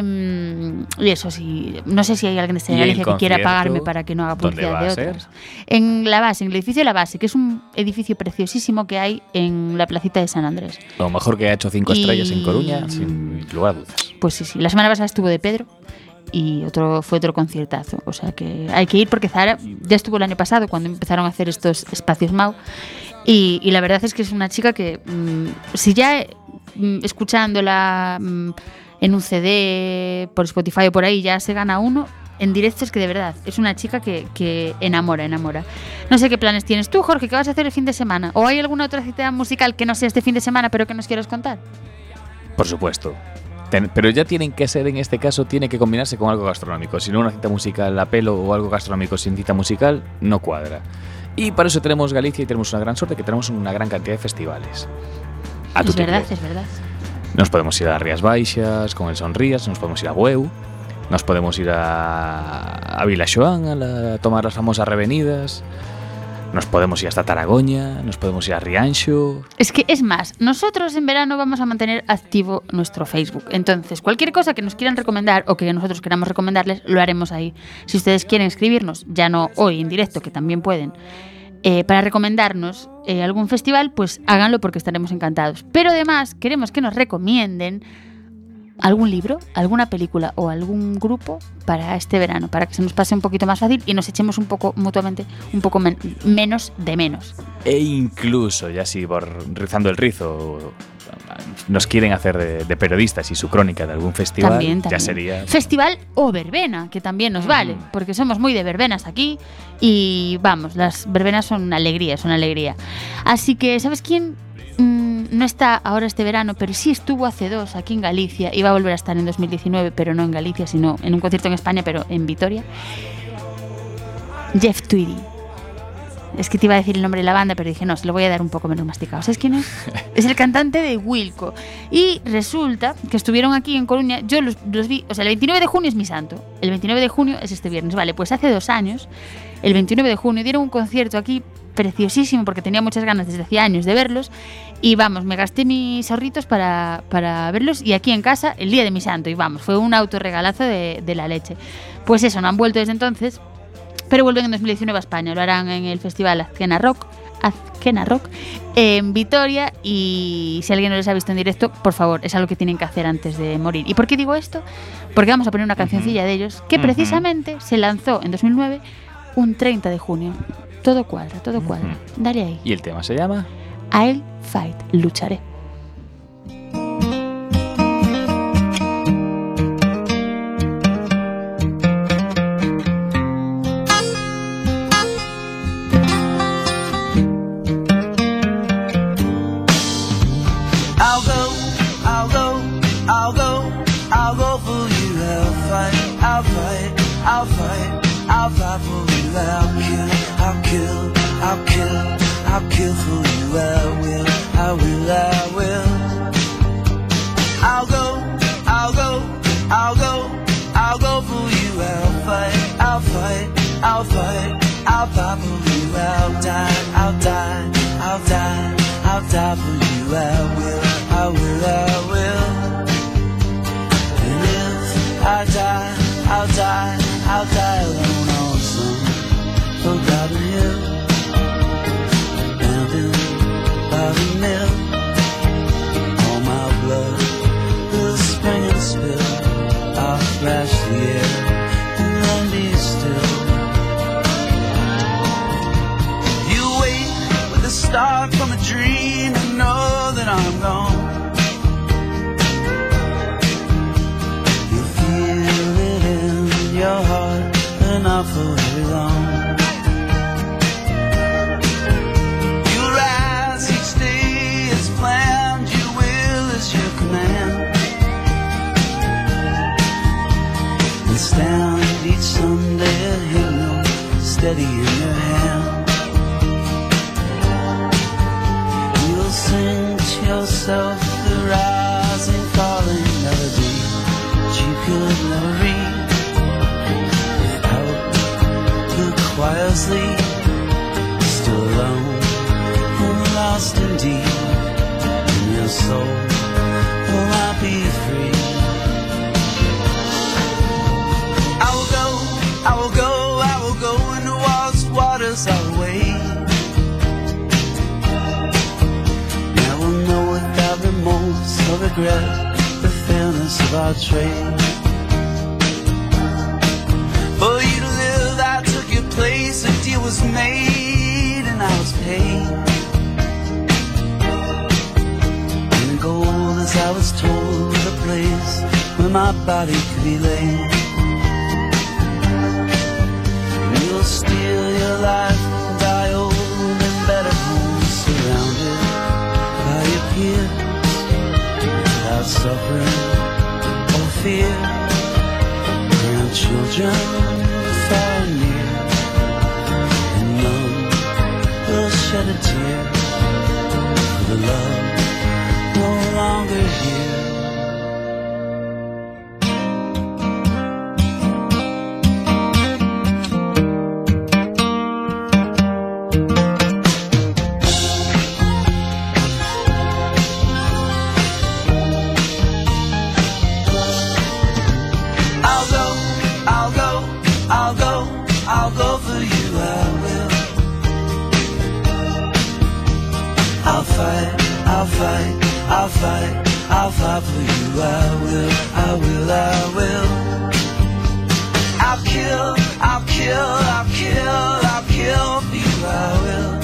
S1: y eso sí, no sé si hay alguien de esta
S2: ¿Y el
S1: Galicia que quiera
S2: concierto
S1: pagarme para que no haga
S2: dónde
S1: publicidad
S2: va
S1: de
S2: a ser?
S1: otras. En la base, en el edificio de la base, que es un edificio preciosísimo que hay en la placita de San Andrés.
S2: Lo mejor que ha hecho cinco
S1: Y-
S2: estrellas en Coruña, sin lugar a dudas.
S1: Pues sí, sí. La semana pasada estuvo de Pedro y otro fue otro conciertazo. O sea que hay que ir porque Zahara ya estuvo el año pasado cuando empezaron a hacer estos espacios Mau. Y, y la verdad es que es una chica que, mmm, si ya mmm, escuchándola mmm, en un C D, por Spotify o por ahí, ya se gana uno, en directo es que de verdad es una chica que, que enamora, enamora. No sé qué planes tienes tú, Jorge, ¿qué vas a hacer el fin de semana? ¿O hay alguna otra cita musical que no sea este fin de semana pero que nos quieras contar?
S2: Por supuesto. Ten- pero ya tienen que ser, en este caso, tiene que combinarse con algo gastronómico. Si no, una cita musical a pelo o algo gastronómico sin cita musical, no cuadra. Y para eso tenemos Galicia y tenemos una gran suerte, que tenemos una gran cantidad de festivales. A tu
S1: Es verdad,
S2: tigre.
S1: es verdad.
S2: Nos podemos ir a Rías Baixas, con el Sonrías, nos podemos ir a Bueu. Nos podemos ir a, a Vilaxoán a, la, a tomar las famosas revenidas. Nos podemos ir hasta Taragoña, nos podemos ir a Rianxo.
S1: Es que es más, nosotros en verano vamos a mantener activo nuestro Facebook. Entonces, cualquier cosa que nos quieran recomendar o que nosotros queramos recomendarles, lo haremos ahí. Si ustedes quieren escribirnos, ya no hoy en directo, que también pueden, eh, para recomendarnos eh, algún festival, pues háganlo porque estaremos encantados. Pero además, queremos que nos recomienden algún libro, alguna película o algún grupo para este verano, para que se nos pase un poquito más fácil y nos echemos un poco mutuamente, un poco men- menos de menos.
S2: E incluso, ya así por rizando el rizo, nos quieren hacer de, de periodistas y su crónica de algún festival,
S1: También, también.
S2: ya sería...
S1: Festival o verbena, que también nos vale,
S2: Mm.
S1: porque somos muy de verbenas aquí y vamos, las verbenas son una alegría, son una alegría. Así que, ¿sabes quién? Mm, no está ahora este verano, pero sí estuvo hace dos aquí en Galicia. Iba a volver a estar en dos mil diecinueve, pero no en Galicia, sino en un concierto en España, pero en Vitoria. Jeff Tweedy. Es que te iba a decir el nombre de la banda, pero dije, no, se lo voy a dar un poco menos masticado. ¿Sabes quién es? Es el cantante de Wilco. Y resulta que estuvieron aquí en Coruña. Yo los, los vi, o sea, el veintinueve de junio es mi santo. El veintinueve de junio es este viernes. Vale, pues hace dos años, el veintinueve de junio, dieron un concierto aquí preciosísimo, porque tenía muchas ganas desde hacía años de verlos. Y vamos, me gasté mis ahorritos para, para verlos. Y aquí en casa, el día de mi santo. Y vamos, fue un autorregalazo de, de la leche. Pues eso, no han vuelto desde entonces. Pero vuelven en dos mil diecinueve a España. Lo harán en el festival Azkena Rock, Azkena Rock en Vitoria. Y si alguien no les ha visto en directo, por favor, es algo que tienen que hacer antes de morir. ¿Y por qué digo esto? Porque vamos a poner una cancioncilla de ellos que precisamente se lanzó en dos mil nueve, un treinta de junio. Todo cuadra, todo cuadra. Dale ahí.
S2: ¿Y el tema se llama?
S1: I'll fight, lucharé.
S10: I'll go, I'll go, I'll go, I'll go for you. I'll fight, I'll fight, I'll fight, I'll fight for you. I'll kill, I'll kill, I'll kill, I'll kill for you. I will, I will, I will. I'll go, I'll go, I'll go, I'll go for you. I'll fight, I'll fight, I'll fight, I'll fight for you. I'll die, I'll die, I'll die, I'll die for you. I will, I will, I will. And if I die, I'll die, I'll die alone on some forgotten hill, abandoned by the mill. All my blood will spring and spill. I'll thrash the air and then be still. You wake with a start from a dream and know that I'm gone. You feel it in your heart, but not for very long. You rise each day as planned, your will is your command. And stand each Sunday a hymnal steady in your hand. You'll sing to yourself the rising, falling melody that you could never read without the choir's lead. Still alone and lost and deep in your soul, will I be free? I will go, I will go, I will go into walls, waters, I will wait. Without remorse or regret, the fairness of our trade. For you to live, I took your place. A deal was made and I was paid. In gold, as I was told, the place where my body could be laid. And you'll steal your life and die old in better homes, surrounded by your peers, without suffering or fear. Grandchildren far and near, and none will shed a tear for the love no longer here. die for you. I will, I will, I will. I'll kill, I'll kill, I'll kill, I'll kill for you. I will.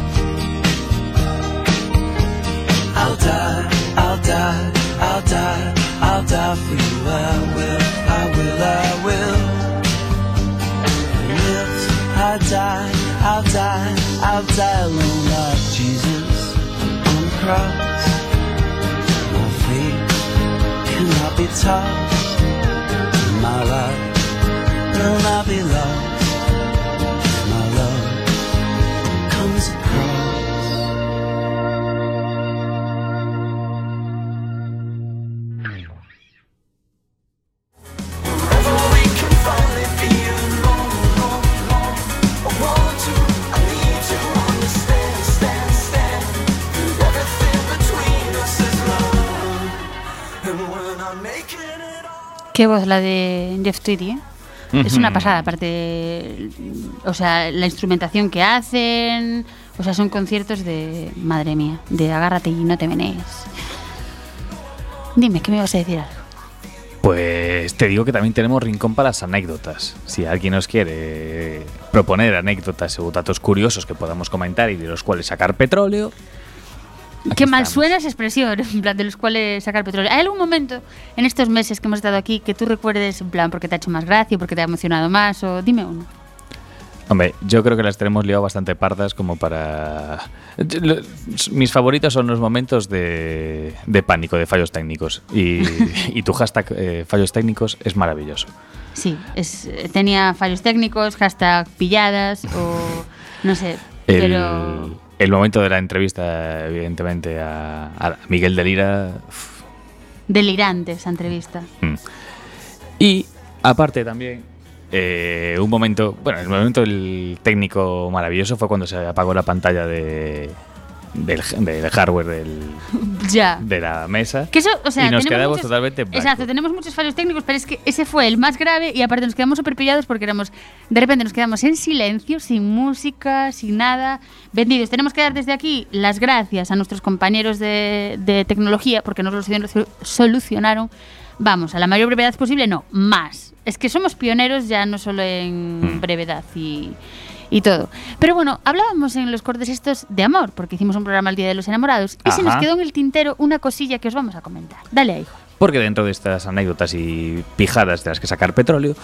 S10: I'll die, I'll die, I'll die, I'll die for you. I will, I will, I will. And if I die, I'll die, I'll die alone like Jesus on the cross. My faith cannot be tossed. My life will not be lost. My love comes across.
S1: Qué voz la de Jeff Tweedy, ¿eh? Uh-huh. Es una pasada, aparte, o sea, la instrumentación que hacen, o sea, son conciertos de, madre mía, de agárrate y no te menees. Dime, ¿qué me vas a decir algo?
S2: Pues te digo que también tenemos rincón para las anécdotas. Si alguien nos quiere proponer anécdotas o datos curiosos que podamos comentar y de los cuales sacar petróleo...
S1: Qué mal suena esa expresión, en plan, de los cuales sacar petróleo. ¿Hay algún momento en estos meses que hemos estado aquí que tú recuerdes, en plan, porque te ha hecho más gracia, porque te ha emocionado más, o dime uno?
S2: Hombre, yo creo que las tenemos liado bastante pardas como para... Mis favoritos son los momentos de, de pánico, de fallos técnicos. Y, y tu hashtag eh, fallos técnicos es maravilloso.
S1: Sí, es, tenía fallos técnicos, hashtag pilladas, o no sé,
S2: el...
S1: pero...
S2: El momento de la entrevista, evidentemente, a, a Miguel de Lira. Uf.
S1: Delirante esa entrevista.
S2: Mm. Y, aparte también, eh, un momento... Bueno, el momento del técnico maravilloso fue cuando se apagó la pantalla de... Del, del hardware del,
S1: ya.
S2: de la mesa.
S1: Que eso, o sea,
S2: y nos quedamos
S1: muchos,
S2: totalmente en blanco.
S1: Exacto, tenemos muchos fallos técnicos, pero es que ese fue el más grave y aparte nos quedamos súper pillados porque éramos, de repente nos quedamos en silencio, sin música, sin nada, vendidos. Tenemos que dar desde aquí las gracias a nuestros compañeros de, de tecnología porque nos lo solucionaron, vamos, a la mayor brevedad posible, no, más. Es que somos pioneros ya no solo en brevedad y... y todo. Pero bueno, hablábamos en los cortes estos de amor, porque hicimos un programa el Día de los Enamorados y Ajá. se nos quedó en el tintero una cosilla que os vamos a comentar. Dale ahí.
S2: Porque dentro de estas anécdotas y pijadas de las que sacar petróleo,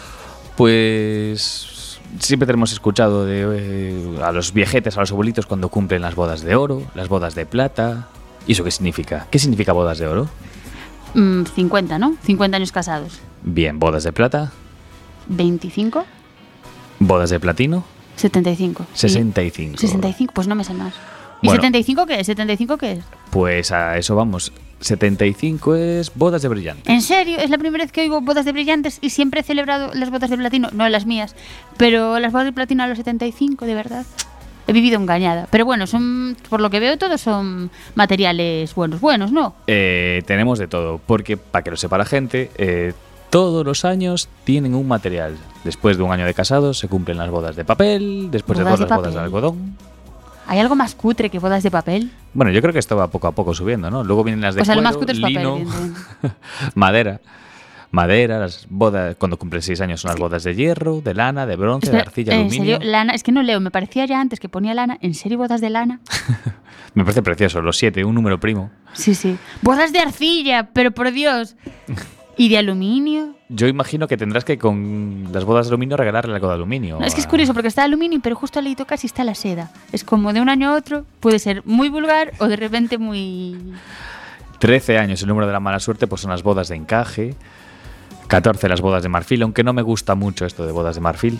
S2: pues siempre tenemos escuchado de, eh, a los viejetes, a los abuelitos cuando cumplen las bodas de oro, las bodas de plata. ¿Y eso qué significa? ¿Qué significa bodas de oro?
S1: Mm, cincuenta, ¿no? cincuenta años casados.
S2: Bien, bodas de plata.
S1: veinticinco.
S2: Bodas de platino.
S1: setenta y cinco.
S2: sesenta y cinco.
S1: sesenta y cinco, pues no me sé más. ¿Y bueno, setenta y cinco qué es? ¿setenta y cinco qué es?
S2: Pues a eso vamos. setenta y cinco es bodas de brillantes.
S1: ¿En serio? Es la primera vez que oigo bodas de brillantes y siempre he celebrado las bodas de platino, no las mías, pero las bodas de platino a los setenta y cinco, de verdad. He vivido engañada. Pero bueno, son, por lo que veo, todos son materiales buenos, buenos, ¿no?
S2: Eh, tenemos de todo, porque, para que lo sepa la gente, eh, todos los años tienen un material. Después de un año de casados se cumplen las bodas de papel, después
S1: bodas
S2: de todas
S1: de
S2: las bodas de algodón.
S1: ¿Hay algo más cutre que bodas de papel?
S2: Bueno, yo creo que esto va poco a poco subiendo, ¿no? Luego vienen las de
S1: o sea,
S2: cuero,
S1: lo más cutre es
S2: lino,
S1: papel,
S2: madera. Madera, las bodas, cuando cumplen seis años son las bodas de hierro, de lana, de bronce,
S1: Espera,
S2: de arcilla,
S1: ¿en
S2: aluminio.
S1: serio? Lana, es que no leo, me parecía ya antes que ponía lana. ¿En serio bodas de lana?
S2: Me parece precioso, los siete, un número primo.
S1: Sí, sí. Bodas de arcilla, pero por Dios. ¿Y de aluminio?
S2: Yo imagino que tendrás que con las bodas de aluminio regalarle algo de aluminio.
S1: No, es que es curioso porque está aluminio, pero justo al ladito casi está la seda. Es como de un año a otro, puede ser muy vulgar o de repente muy...
S2: trece años, el número de la mala suerte, pues son las bodas de encaje. catorce las bodas de marfil, aunque no me gusta mucho esto de bodas de marfil.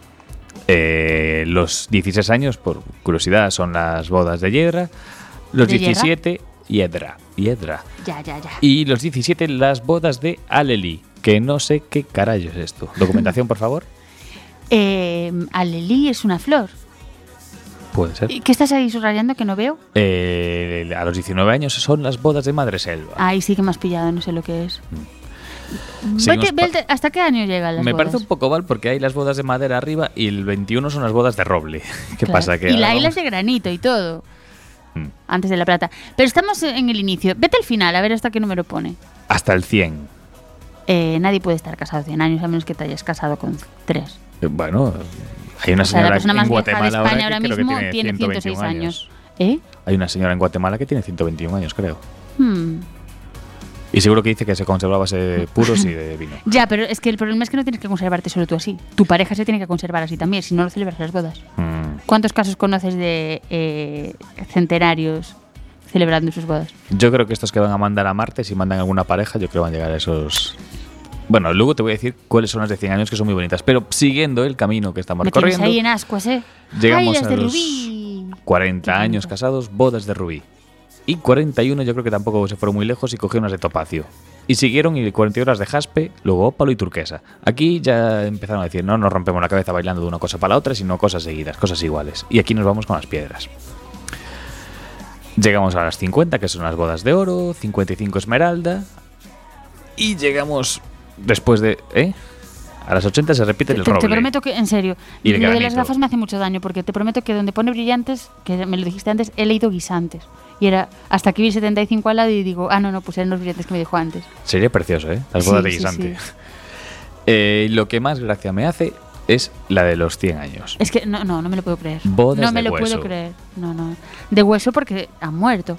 S2: Eh, los dieciséis años, por curiosidad, son las bodas de hiedra. Los
S1: ¿De
S2: diecisiete, hiedra. Hiedra.
S1: Ya, ya, ya.
S2: Y los diecisiete, las bodas de alelí, que no sé qué carajo es esto. Documentación, por favor.
S1: Eh, alelí es una flor.
S2: Puede ser.
S1: ¿Qué estás ahí subrayando que no veo?
S2: Eh, a los diecinueve años son las bodas de Madreselva.
S1: Ahí sí que me has pillado, no sé lo que es.
S2: Mm.
S1: Vete, vete, ¿hasta qué año llegan las
S2: Me
S1: bodas?
S2: parece un poco mal porque hay las bodas de madera arriba y el veintiuno son las bodas de roble. ¿Qué
S1: Claro.
S2: pasa? Que
S1: y la,
S2: vamos...
S1: las de granito y todo.
S2: Mm.
S1: Antes de la plata. Pero estamos en el inicio. Vete al final, a ver hasta qué número pone.
S2: Hasta el cien.
S1: Eh, nadie puede estar casado cien años a menos que te hayas casado con tres.
S2: Eh, bueno, hay una
S1: O sea, la
S2: señora
S1: persona
S2: en
S1: más vieja de
S2: Guatemala ahora
S1: España
S2: que
S1: ahora
S2: creo que
S1: mismo
S2: tiene
S1: tiene
S2: ciento
S1: ciento seis
S2: veintiún
S1: años. ¿Eh?
S2: Hay una señora en Guatemala que tiene ciento veintiún años, creo.
S1: Hmm.
S2: Y seguro que dice que se conserva a base de puros y de vino.
S1: Ya, pero es que el problema es que no tienes que conservarte solo tú así. Tu pareja se tiene que conservar así también, si no, no celebras las bodas.
S2: Mm.
S1: ¿Cuántos casos conoces de eh, centenarios celebrando sus bodas?
S2: Yo creo que estos que van a mandar a Marte, si mandan alguna pareja, yo creo que van a llegar a esos... Bueno, luego te voy a decir cuáles son las de cien años que son muy bonitas. Pero siguiendo el camino que estamos
S1: Me tienes
S2: recorriendo,
S1: ahí en ascuas, ¿eh?
S2: llegamos
S1: Ay, las
S2: a
S1: de
S2: los
S1: Rubí.
S2: cuarenta años casados, bodas de rubí. Y cuarenta y uno yo creo que tampoco se fueron muy lejos y cogieron unas de topacio. Y siguieron y cuarenta y uno las de jaspe, luego ópalo y turquesa. Aquí ya empezaron a decir, no nos rompemos la cabeza bailando de una cosa para la otra, sino cosas seguidas, cosas iguales. Y aquí nos vamos con las piedras. Llegamos a las cincuenta, que son las bodas de oro, cincuenta y cinco esmeralda. Y llegamos después de... ¿Eh? A las ochenta se repite el
S1: Te,
S2: roble.
S1: te prometo que, en serio,
S2: Y el
S1: lo de las
S2: granito.
S1: gafas me hace mucho daño, porque te prometo que donde pone brillantes, que me lo dijiste antes, he leído guisantes. Y era hasta que vi setenta y cinco al lado y digo, ah, no, no, pues eran los brillantes que me dijo antes.
S2: Sería precioso, ¿eh? Las bodas
S1: Sí,
S2: de
S1: sí,
S2: guisante.
S1: sí.
S2: Eh, lo que más gracia me hace es la de los cien años.
S1: Es que no, no, no me lo puedo creer.
S2: Bodas
S1: no me
S2: de
S1: lo
S2: hueso.
S1: puedo creer. No, no. De hueso porque han muerto.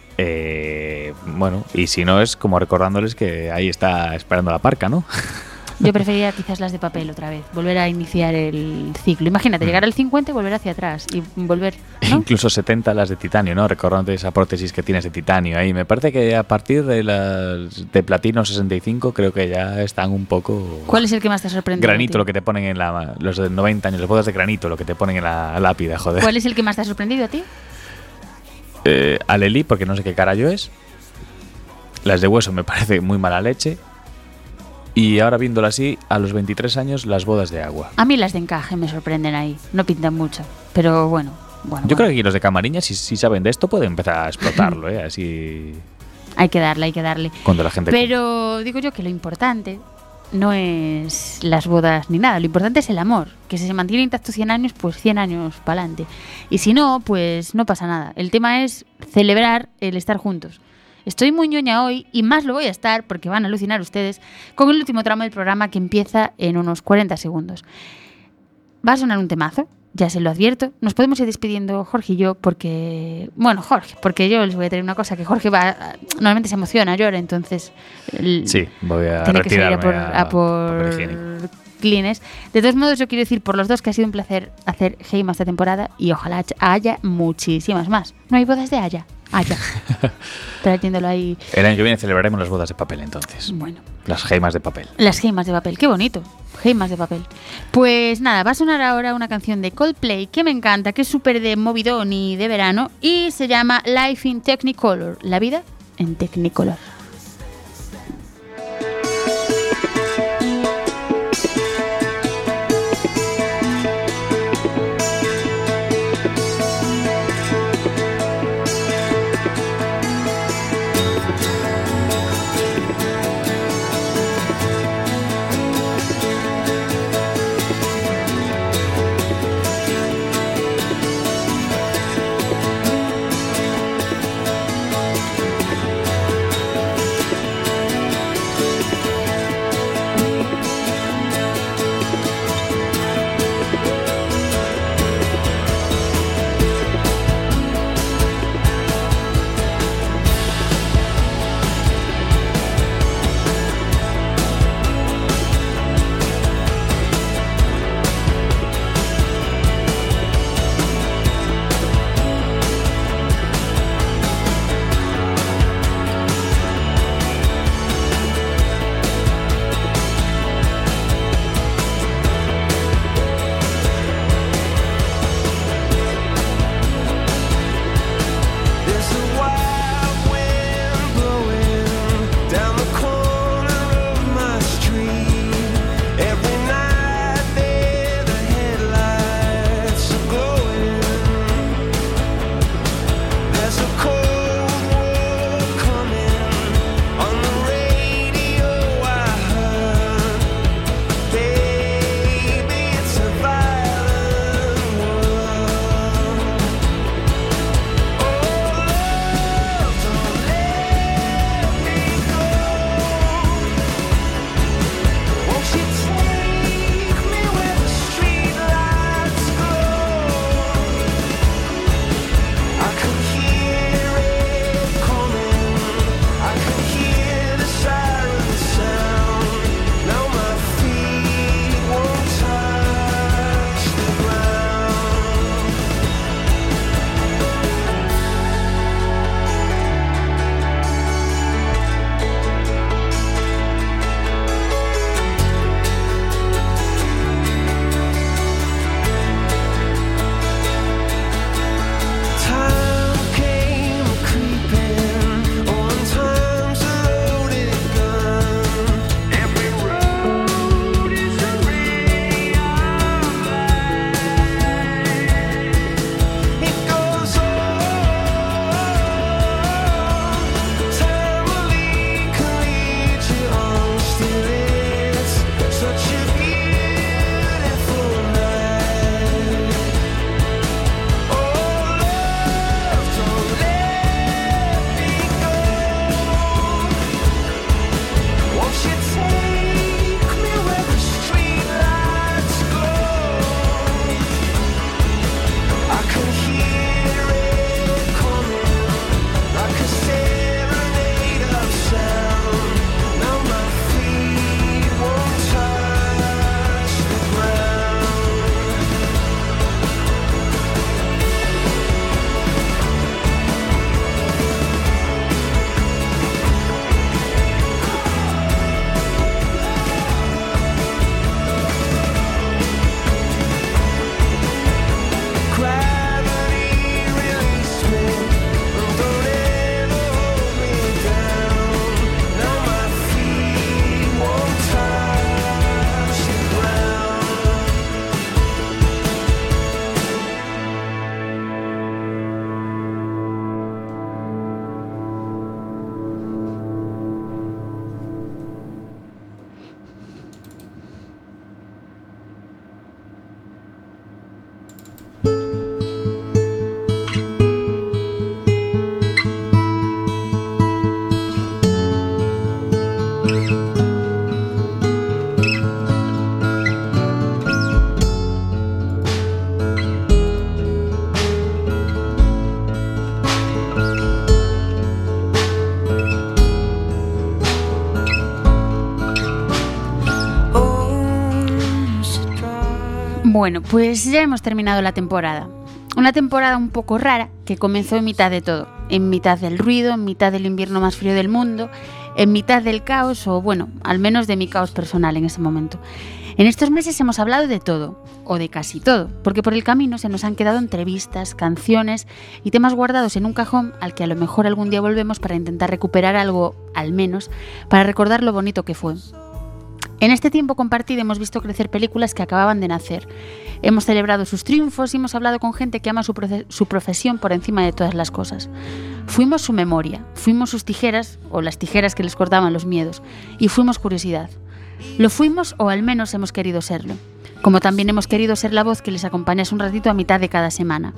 S2: Eh, bueno, y si no es como recordándoles que ahí está esperando la parca, ¿no?
S1: Yo preferiría quizás las de papel otra vez, volver a iniciar el ciclo. Imagínate, llegar al cincuenta y volver hacia atrás y volver, ¿no?
S2: Incluso setenta las de titanio, ¿no? Recordando esa prótesis que tienes de titanio ahí. Me parece que a partir de las de platino sesenta y cinco creo que ya están un poco...
S1: ¿Cuál es el que más te ha sorprendido?
S2: Granito,
S1: tío?
S2: lo que te ponen en la... Los de noventa años, las bodas de granito, lo que te ponen en la lápida, joder.
S1: ¿Cuál es el que más te ha sorprendido a ti?
S2: Eh, Alelí, porque no sé qué carajo es. Las de hueso me parece muy mala leche. Y ahora viéndolo así, a los veintitrés años, las bodas de agua.
S1: A mí las de encaje me sorprenden ahí. No pintan mucho. Pero bueno, bueno.
S2: Yo
S1: bueno.
S2: creo que aquí los de Camariñas, si, si saben de esto, pueden empezar a explotarlo, ¿eh? Así...
S1: Hay que darle, hay que darle.
S2: Cuando la gente...
S1: Pero digo yo que lo importante no es las bodas ni nada. Lo importante es el amor. Que si se mantiene intacto cien años, pues cien años para adelante. Y si no, pues no pasa nada. El tema es celebrar el estar juntos. Estoy muy ñoña hoy y más lo voy a estar porque van a alucinar ustedes con el último tramo del programa que empieza en unos cuarenta segundos. Va a sonar un temazo, ya se lo advierto. Nos podemos ir despidiendo Jorge y yo porque... Bueno, Jorge, porque yo les voy a traer una cosa que Jorge va... Normalmente se emociona, llora, entonces... el-
S2: Sí, voy a
S1: tiene que salir a por,
S2: retirarme
S1: a por
S2: papel higiénico.
S1: Kleenex. De todos modos, yo quiero decir por los dos que ha sido un placer hacer Heima esta temporada y ojalá haya muchísimas más. No hay bodas de Haya. Haya. Trayéndolo ahí.
S2: El año que viene celebraremos las bodas de papel, entonces.
S1: Bueno.
S2: Las geimas de papel.
S1: Las geimas de papel, qué bonito. Geimas de papel. Pues nada, va a sonar ahora una canción de Coldplay que me encanta, que es súper de movidón y de verano y se llama Life in Technicolor. La vida en Technicolor.
S10: Life
S1: Bueno, pues ya hemos terminado la temporada. Una temporada un poco rara que comenzó en mitad de todo. En mitad del ruido, en mitad del invierno más frío del mundo, en mitad del caos, o bueno, al menos de mi caos personal en ese momento. En estos meses hemos hablado de todo, o de casi todo, porque por el camino se nos han quedado entrevistas, canciones y temas guardados en un cajón al que a lo mejor algún día volvemos para intentar recuperar algo, al menos, para recordar lo bonito que fue. En este tiempo compartido hemos visto crecer películas que acababan de nacer. Hemos celebrado sus triunfos y hemos hablado con gente que ama su, profe- su profesión por encima de todas las cosas. Fuimos su memoria, fuimos sus tijeras, o las tijeras que les cortaban los miedos, y fuimos curiosidad. Lo fuimos, o al menos hemos querido serlo. Como también hemos querido ser la voz que les acompañase un ratito a mitad de cada semana.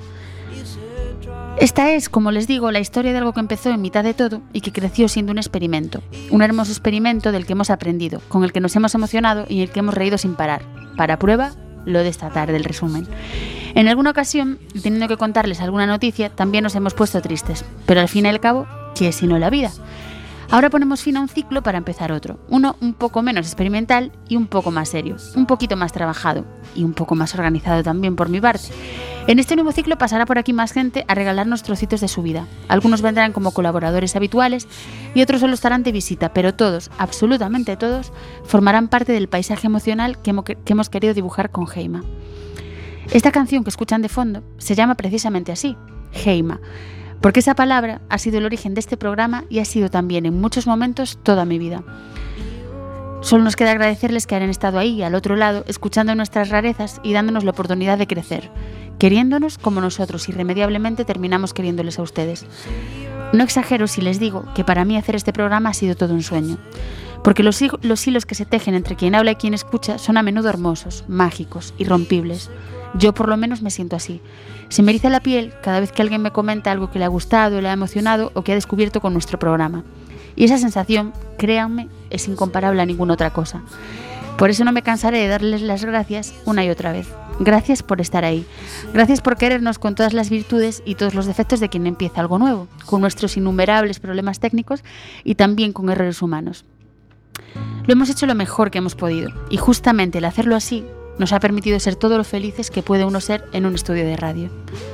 S1: Esta es, como les digo, la historia de algo que empezó en mitad de todo y que creció siendo un experimento. Un hermoso experimento del que hemos aprendido, con el que nos hemos emocionado y en el que hemos reído sin parar. Para prueba, lo de esta tarde, el resumen. En alguna ocasión, teniendo que contarles alguna noticia, también nos hemos puesto tristes. Pero al fin y al cabo, ¿qué es sino la vida? Ahora ponemos fin a un ciclo para empezar otro. Uno un poco menos experimental y un poco más serio. Un poquito más trabajado y un poco más organizado también por mi parte. En este nuevo ciclo pasará por aquí más gente a regalarnos trocitos de su vida. Algunos vendrán como colaboradores habituales y otros solo estarán de visita, pero todos, absolutamente todos, formarán parte del paisaje emocional que hemos, que hemos querido dibujar con Heima. Esta canción que escuchan de fondo se llama precisamente así, Heima, porque esa palabra ha sido el origen de este programa y ha sido también en muchos momentos toda mi vida. Solo nos queda agradecerles que hayan estado ahí, al otro lado, escuchando nuestras rarezas y dándonos la oportunidad de crecer, queriéndonos como nosotros irremediablemente terminamos queriéndoles a ustedes. No exagero si les digo que para mí hacer este programa ha sido todo un sueño, porque los, los hilos que se tejen entre quien habla y quien escucha son a menudo hermosos, mágicos, irrompibles. Yo por lo menos me siento así. Se me eriza la piel cada vez que alguien me comenta algo que le ha gustado, le ha emocionado o que ha descubierto con nuestro programa. Y esa sensación, créanme, es incomparable a ninguna otra cosa. Por eso no me cansaré de darles las gracias una y otra vez. Gracias por estar ahí. Gracias por querernos con todas las virtudes y todos los defectos de quien empieza algo nuevo, con nuestros innumerables problemas técnicos y también con errores humanos. Lo hemos hecho lo mejor que hemos podido y justamente el hacerlo así nos ha permitido ser todo lo felices que puede uno ser en un estudio de radio.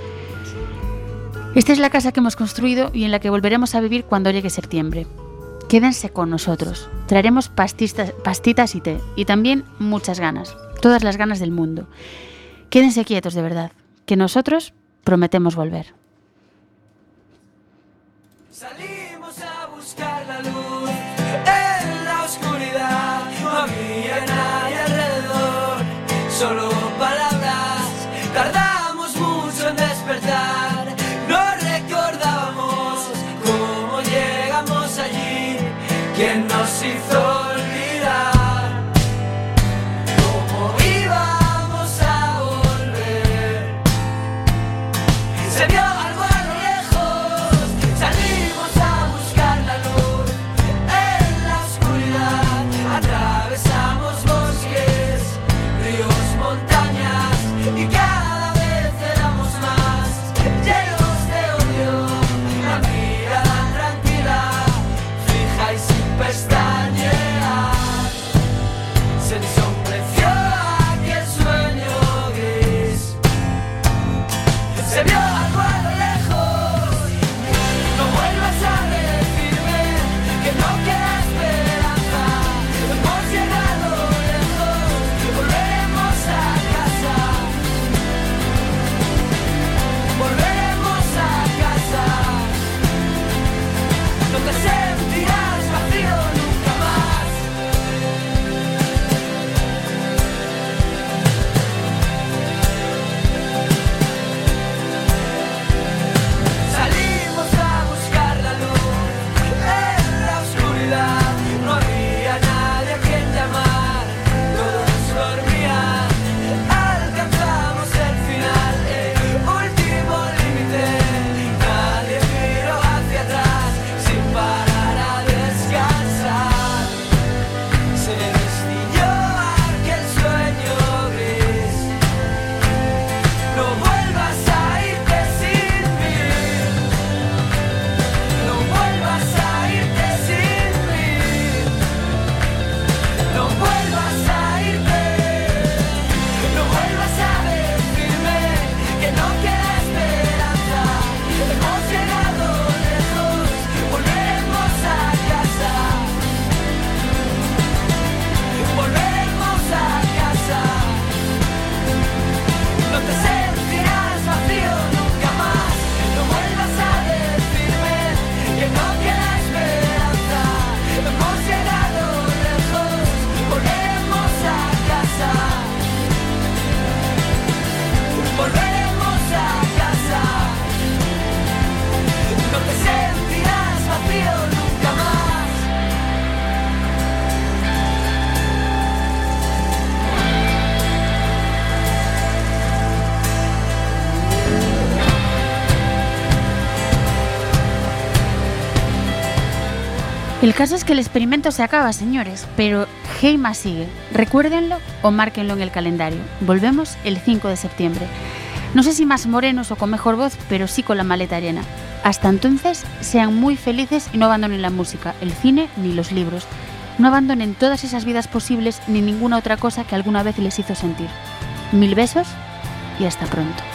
S1: Esta es la casa que hemos construido y en la que volveremos a vivir cuando llegue septiembre. Quédense con nosotros. Traeremos pastistas, pastitas y té y también muchas ganas, todas las ganas del mundo. Quédense quietos de verdad, que nosotros prometemos volver.
S10: Salimos a buscar la luz en la oscuridad, no había nadie alrededor, solo palabras, tardamos mucho en despertar, no recordábamos cómo llegamos allí, quién nos hizo olvidar, cómo íbamos a volver, se vio algo a lo lejos, salimos
S1: El caso es que el experimento se acaba, señores, pero Heima sigue. Recuérdenlo o márquenlo en el calendario. Volvemos el cinco de septiembre. No sé si más morenos o con mejor voz, pero sí con la maleta llena. Hasta entonces, sean muy felices y no abandonen la música, el cine ni los libros. No abandonen todas esas vidas posibles ni ninguna otra cosa que alguna vez les hizo sentir. Mil besos y hasta pronto.